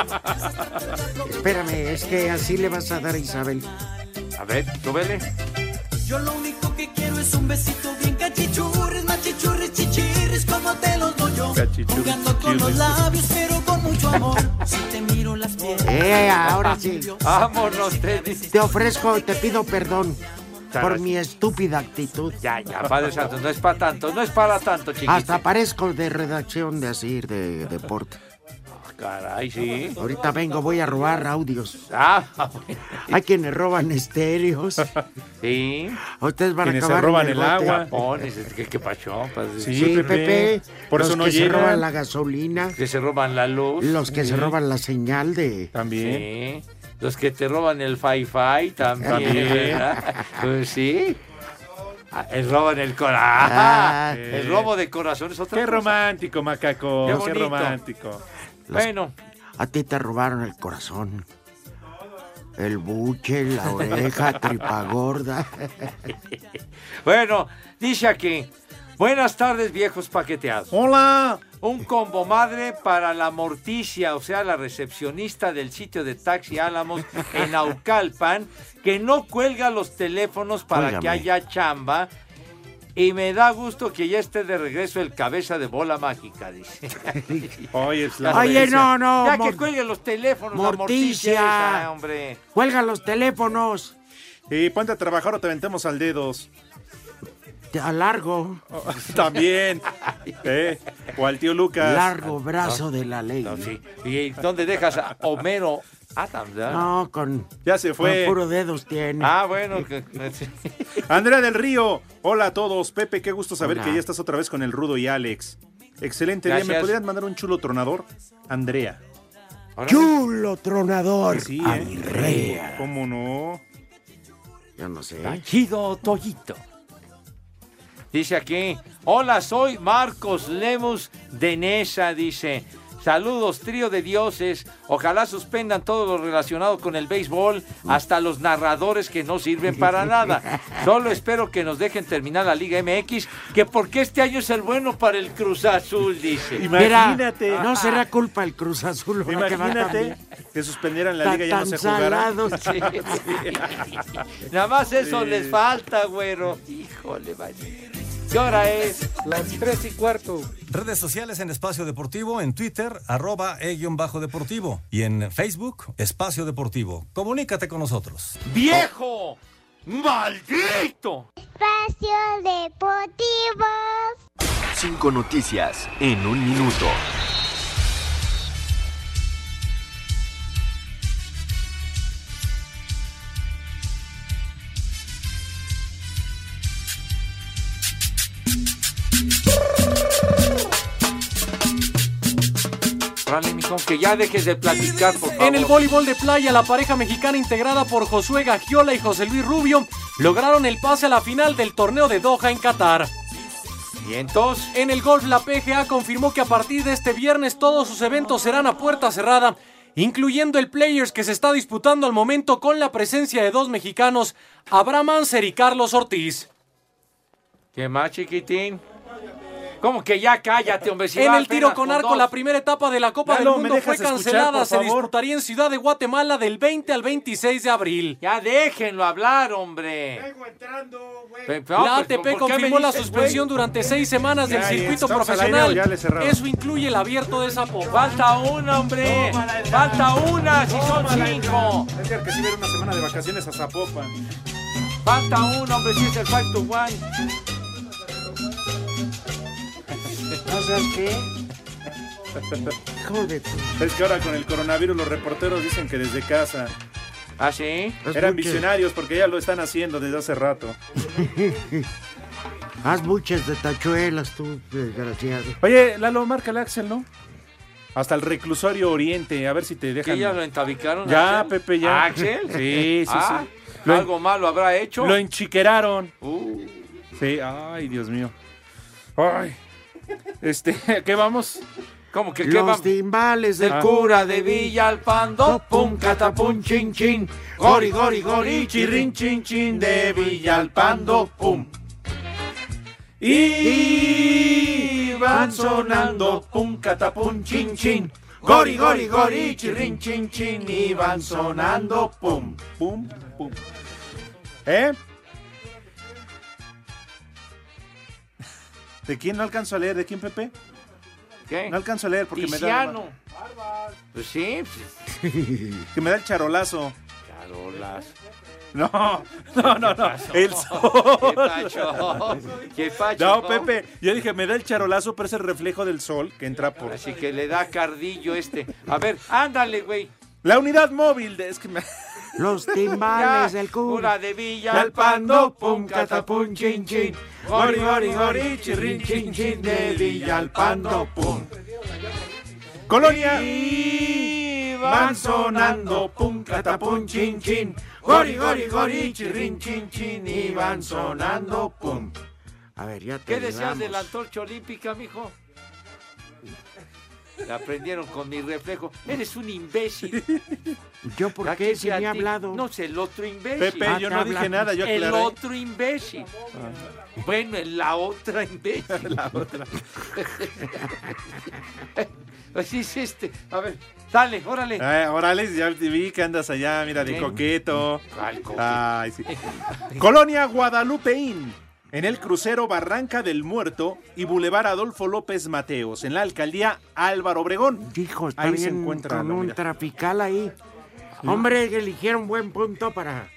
Espérame, es que así le vas a dar a Isabel. A ver, tú vele. Yo lo único que quiero es un besito bien cachichurris, machichurris, chichirris, como te los doy yo. Jugando con los labios, pero con mucho amor. Si te miro las piernas. Ahora sí. Vámonos, te ofrezco y te pido perdón por mi estúpida actitud. Ya, Padre Santo, no es para tanto, chiquito. Hasta parezco de redacción de así, de deporte. Caray, sí. Ahorita vengo, voy a robar audios. Bueno. Hay quienes roban estéreos. Sí. Ustedes van quienes a acabar se roban en el agua. ¿Qué pasó? Sí, Pepe. Por los eso no que llegan. se roban la gasolina. Que se roban la luz. Los que se roban la señal de... También. Sí. Los que te roban el Fi-Fi también. Pues sí. El robo en el corazón. El robo de corazón es otra Qué cosa. romántico, macaco. Qué Qué romántico. Bueno. A ti te robaron el corazón. El buche, la oreja, tripa gorda. Bueno, dice aquí. Buenas tardes, viejos paqueteados. ¡Hola! Un combo madre para la Morticia, o sea, la recepcionista del sitio de Taxi Álamos en Naucalpan, que no cuelga los teléfonos para que haya chamba. Y me da gusto que ya esté de regreso el cabeza de bola mágica, dice. Oye, no. Ya que cuelguen los teléfonos, Morticia. la Morticia, hombre. Cuelga los teléfonos. Y ponte a trabajar o te aventemos al dedos. A largo. También. O al tío Lucas. Largo brazo de la ley. No, sí. ¿Y dónde dejas a Homero Adams? No, ya se fue. Con puro dedos tiene. Bueno. Andrea del Río. Hola a todos. Pepe, qué gusto saber que ya estás otra vez con el Rudo y Alex. Excelente día. ¿Me podrían mandar un chulo tronador? Andrea. Chulo tronador. Sí, Andrea. ¿Cómo no? Yo no sé. Chido Toyito. Dice aquí, hola, soy Marcos Lemus de Nesa, dice, Saludos, trío de dioses. Ojalá suspendan todo lo relacionado con el béisbol, hasta los narradores que no sirven para nada. Solo espero que nos dejen terminar la Liga MX, que porque este año es el bueno para el Cruz Azul, dice. Imagínate. Mira, no será culpa el Cruz Azul. Imagínate que suspendieran la Liga y ya no se jugara. Sí. Nada más eso les falta, güero. Híjole, vaya. ¿Qué hora es? Las 3:15. Redes sociales en Espacio Deportivo, en Twitter, @e_deportivo. Y en Facebook, Espacio Deportivo. Comunícate con nosotros. ¡Viejo! ¡Maldito! Espacio Deportivo. 5 noticias en un minuto. Que ya dejes de platicar, por favor. En el voleibol de playa, la pareja mexicana integrada por Josué Gagiola y José Luis Rubio lograron el pase a la final del torneo de Doha en Qatar. ¿Y entonces? En el golf, la PGA confirmó que a partir de este viernes todos sus eventos serán a puerta cerrada, incluyendo el Players que se está disputando al momento con la presencia de 2 mexicanos, Abraham Anser y Carlos Ortiz. ¿Qué más, chiquitín? ¿Cómo que ya cállate, hombre? Si en el tiro con arco, la primera etapa de la Copa del Mundo fue cancelada. Se disputaría en Ciudad de Guatemala del 20 al 26 de abril. Ya déjenlo hablar, hombre. Vengo entrando, güey. La ATP confirmó la suspensión durante 6 semanas del circuito profesional. Eso incluye el abierto de Zapopan. Falta una, hombre. Falta una, si son 5. Edgar, que sí ver una semana de vacaciones a Zapopan. Falta una, hombre, si es el 5 to 1. ¿No sabes qué? Joder. Es que ahora con el coronavirus los reporteros dicen que desde casa. ¿Ah, sí? Eran visionarios porque ya lo están haciendo desde hace rato. Haz buches de tachuelas, tú, desgraciado. Oye, Lalo, márcale a Axel, ¿no? Hasta el reclusorio Oriente, a ver si te dejan. ¿Que ya lo entabicaron? Ya, ¿Axel? Pepe, ya. ¿Axel? Sí. ¿Algo malo habrá hecho? Lo enchiqueraron. Sí, ay, Dios mío. Ay. ¿Qué vamos? ¿Cómo que qué vamos? Los timbales del cura de Villalpando, pum, catapum, chin, chin, gori, gori, gori, chirrin, chin, chin, de Villalpando, pum. Y van sonando, pum, catapum, chin, chin, gori, gori, gori, chirrin, chin, chin, y van sonando, pum, pum, pum. ¿De quién no alcanzo a leer? ¿De quién, Pepe? ¿Qué? No alcanzo a leer porque Tiziano. Me da... Pues sí. Que me da el charolazo. Charolazo. No. El sol. ¿Qué pacho? No, Pepe, yo dije, me da el charolazo, pero es el reflejo del sol que entra por... Así que le da cardillo A ver, ándale, güey. La unidad móvil de... Es que me... Los timbales del cura de Villalpando, pum, catapum, chin, chin, gori, gori, gori, chirrin, chin, chin, de Villalpando, pum. Colonia. Y van sonando, pum, catapum, chin, chin, gori, gori, gori, chirrin, chin, chin, y van sonando, pum. A ver, ya te ¿Qué decías de la antorcha olímpica, mijo? La aprendieron con mi reflejo. Eres un imbécil. ¿Yo por qué? Si me he hablado. No sé, el otro imbécil. Pepe, yo no dije nada, yo aclaré. El otro imbécil. Bueno, la otra imbécil. La otra. Así es A ver, dale, órale. Órale, ya te vi que andas allá, mira, de coqueto. ¿Cuál coqueto? Ay, sí. Colonia Guadalupeín. En el crucero Barranca del Muerto y Boulevard Adolfo López Mateos, en la alcaldía Álvaro Obregón. Hijo, está ahí bien, se encuentra con un trafical ahí. Sí. Hombre, eligieron buen punto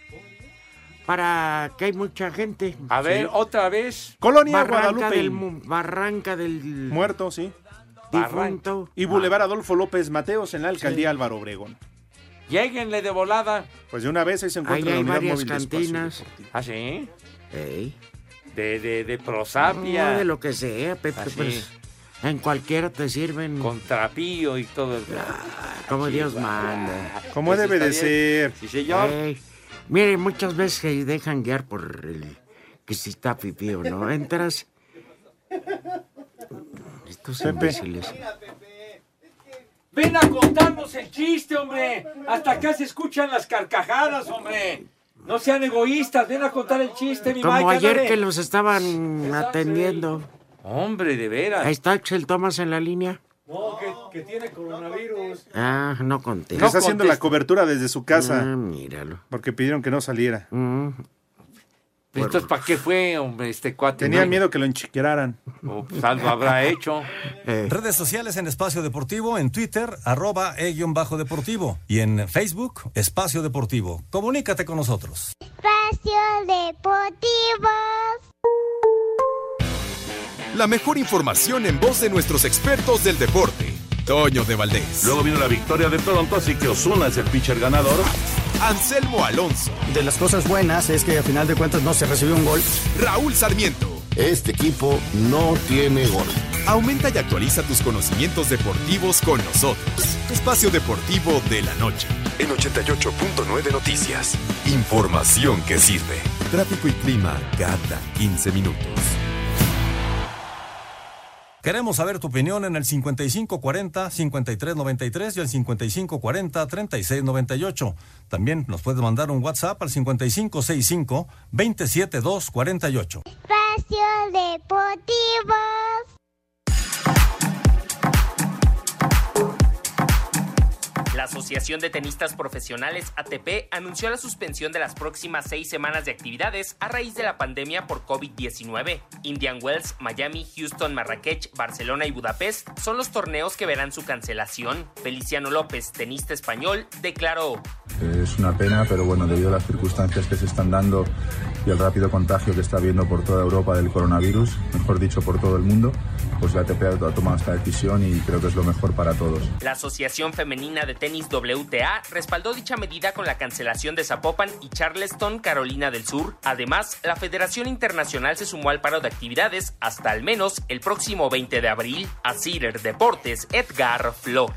para que hay mucha gente. A ver, otra vez. Colonia Guadalupe. Barranca del Muerto, sí. Difunto. Y Boulevard Adolfo López Mateos, en la alcaldía Álvaro Obregón. Lléguenle de volada. Pues de una vez ahí se encuentra ahí la hay unidad varias móvil cantinas. ¿Ah, sí? Sí. De prosapia. No, de lo que sea, Pepe, pues en cualquiera te sirven. Con trapillo y todo. Como Dios manda. Como debe de ser. Sí, señor. Mire, muchas veces se dejan guiar por el que si está pipí o no. Entras. Estos imbéciles. ven a contarnos el chiste, hombre. Hasta acá se escuchan las carcajadas, hombre. No sean egoístas, ven a contar el chiste, mi Mike. Como ayer que los estaban atendiendo. Hombre, de veras. Ahí está Axel Tomás en la línea. No, que tiene coronavirus. Ah, no contesta. Está haciendo la cobertura desde su casa. Míralo. Porque pidieron que no saliera. Entonces, ¿para qué fue, hombre, este cuate? Tenían miedo que lo enchiqueraran. Pues algo habrá hecho. Redes sociales en Espacio Deportivo, en Twitter, @e_deportivo. Y en Facebook, Espacio Deportivo. Comunícate con nosotros. Espacio Deportivo. La mejor información en voz de nuestros expertos del deporte. Toño de Valdés. Luego vino la victoria de Toronto, así que Ozuna es el pitcher ganador. Anselmo Alonso. De las cosas buenas es que a final de cuentas no se recibió un gol. Raúl Sarmiento. Este equipo no tiene gol. Aumenta y actualiza tus conocimientos deportivos con nosotros. Espacio Deportivo de la Noche. En 88.9 Noticias. Información que sirve. Tráfico y clima cada 15 minutos. Queremos saber tu opinión en el 5540-5393 y el 5540-3698. También nos puedes mandar un WhatsApp al 5565-27248. Espacio Deportivo. La Asociación de Tenistas Profesionales ATP anunció la suspensión de las próximas 6 semanas de actividades a raíz de la pandemia por COVID-19. Indian Wells, Miami, Houston, Marrakech, Barcelona y Budapest son los torneos que verán su cancelación. Feliciano López, tenista español, declaró: es una pena, pero bueno, debido a las circunstancias que se están dando y el rápido contagio que está habiendo por toda Europa del coronavirus, mejor dicho, por todo el mundo, pues la ATP ha tomado esta decisión y creo que es lo mejor para todos. La Asociación Femenina de Tenis WTA respaldó dicha medida con la cancelación de Zapopan y Charleston, Carolina del Sur. Además, la Federación Internacional se sumó al paro de actividades hasta al menos el próximo 20 de abril. A Cider Deportes, Edgar Flores.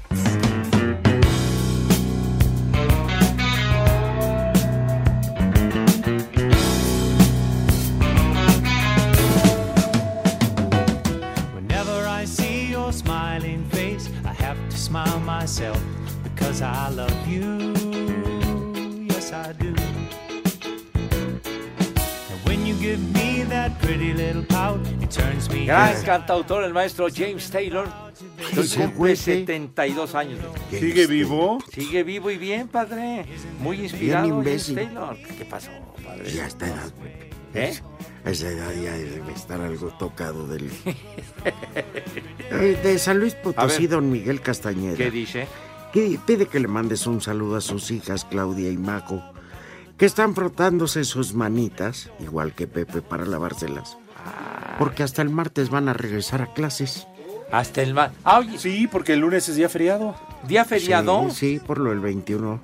Smiling face, I have to smile myself because I love you. Yes, I do. And when you give me that pretty little pout, it turns me. Gran cantautor, el maestro James Taylor. Cumple 72 años. ¿Sigue vivo? Sigue vivo y bien, padre. Muy inspirado, James Taylor. ¿Qué pasó, padre? Ya está edad. ¿Eh? A esa edad ya debe estar algo tocado del... De San Luis Potosí, don Miguel Castañeda. ¿Qué dice? Que pide que le mandes un saludo a sus hijas, Claudia y Majo, que están frotándose sus manitas, igual que Pepe, para lavárselas. Porque hasta el martes van a regresar a clases. Hasta el martes. Oye. Sí, porque el lunes es día feriado. ¿Día feriado? Sí, por lo del 21.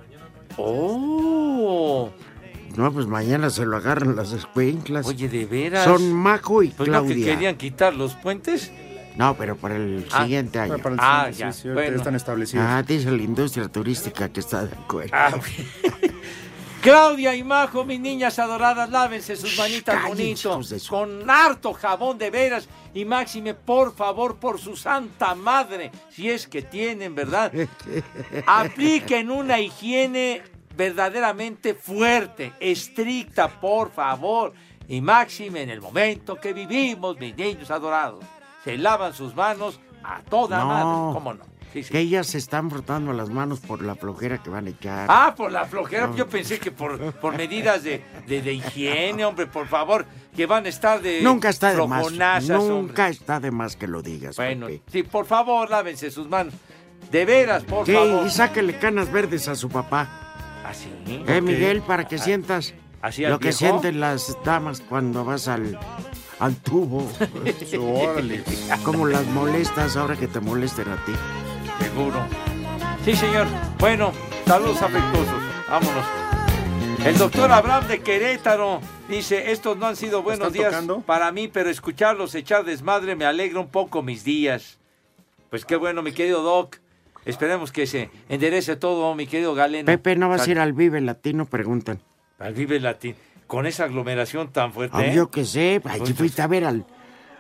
¡Oh! No, pues mañana se lo agarran las escuinclas. Oye, ¿de veras? Son Majo y pues Claudia. ¿No que querían quitar los puentes? No, pero para el siguiente año. Para el siguiente, ya. sí, Bueno. están establecidos. Dice la industria turística que está de acuerdo. Claudia y Majo, mis niñas adoradas, lávense sus manitas bonito, con harto jabón de veras, y máxime, por favor, por su santa madre, si es que tienen, ¿verdad? Apliquen una higiene verdaderamente fuerte, estricta, por favor, y máxime en el momento que vivimos, mis niños adorados. Se lavan sus manos a toda madre, ¿cómo no? Sí. Que ellas se están frotando las manos por la flojera que van a echar. Por la flojera. No. Yo pensé que por medidas de higiene, hombre, por favor, que van a estar de Nunca está de más. Nunca hombre. Está de más que lo digas. Bueno, Pepe. sí, por favor, lávense sus manos. De veras, por favor. Y sáquele canas verdes a su papá. ¿Así? Miguel, para que sientas lo que sienten las damas cuando vas al tubo. Como las molestas ahora que te molesten a ti. Seguro. Sí, señor. Bueno, saludos afectuosos. Vámonos. El doctor Abraham de Querétaro dice, estos no han sido buenos días para mí, pero escucharlos echar desmadre me alegra un poco mis días. Pues qué bueno, mi querido Doc. Esperemos que se enderece todo, mi querido Galeno. Pepe, ¿no vas a ir al Vive Latino? Preguntan. Al Vive Latino. Con esa aglomeración tan fuerte. Yo qué sé. Allí fuiste a ver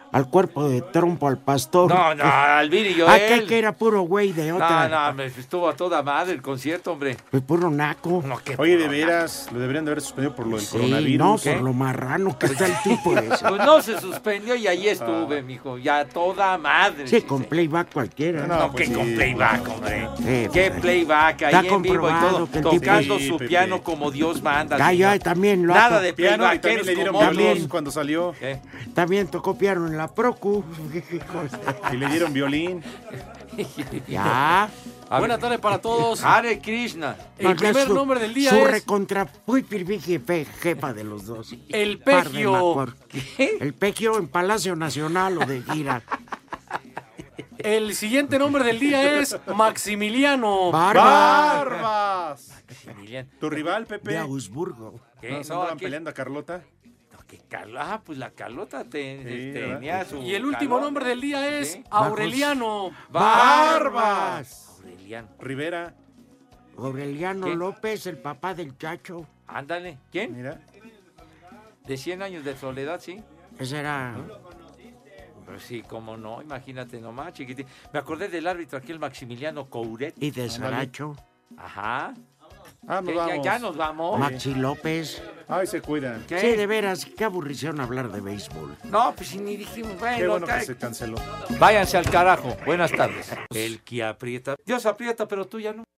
al cuerpo de trompo al pastor. No, al Viri y Aquel que era puro güey de otra. No, estuvo a toda madre el concierto, hombre. Pues puro naco. No, oye, de veras, lo deberían de haber suspendido por lo del coronavirus. No, por lo marrano que está el tipo ese. Pues no se suspendió y ahí estuve, mijo, ya toda madre. Sí, con playback cualquiera. No, que con playback, hombre. Pues ¿Qué playback? Ahí en vivo y todo, tocando su piano como Dios manda. También lo nada de piano, playback. Y también le dieron violín cuando salió. También tocó piano en la Procu. Y le dieron violín. Ya. Buenas tardes para todos. Hare Krishna. El primer nombre del día su es... recontra jefa de los dos. El Pegio. El Pegio en Palacio Nacional o de gira. El siguiente nombre del día es Maximiliano. ¡Barbas! Maximiliano. ¿Tu rival, Pepe? De Augsburgo. ¿No estaban peleando a Carlota? Pues la Carlota tenía su... Y el último nombre del día es Aureliano. ¡Barbas! Aureliano. Rivera. Aureliano López, el papá del Chacho. Ándale. ¿Quién? Mira. De 100 años de soledad, sí. Ese era... Pues sí, cómo no, imagínate nomás, chiquitín. Me acordé del árbitro aquí, el Maximiliano Couret. Y de Saracho. Ajá. Ya nos vamos. Maxi López. Ay, se cuidan. ¿Qué? Sí, de veras, qué aburrición hablar de béisbol. No, pues ni dijimos, Qué bueno que se canceló. Váyanse al carajo. Buenas tardes. El que aprieta. Dios aprieta, pero tú ya no.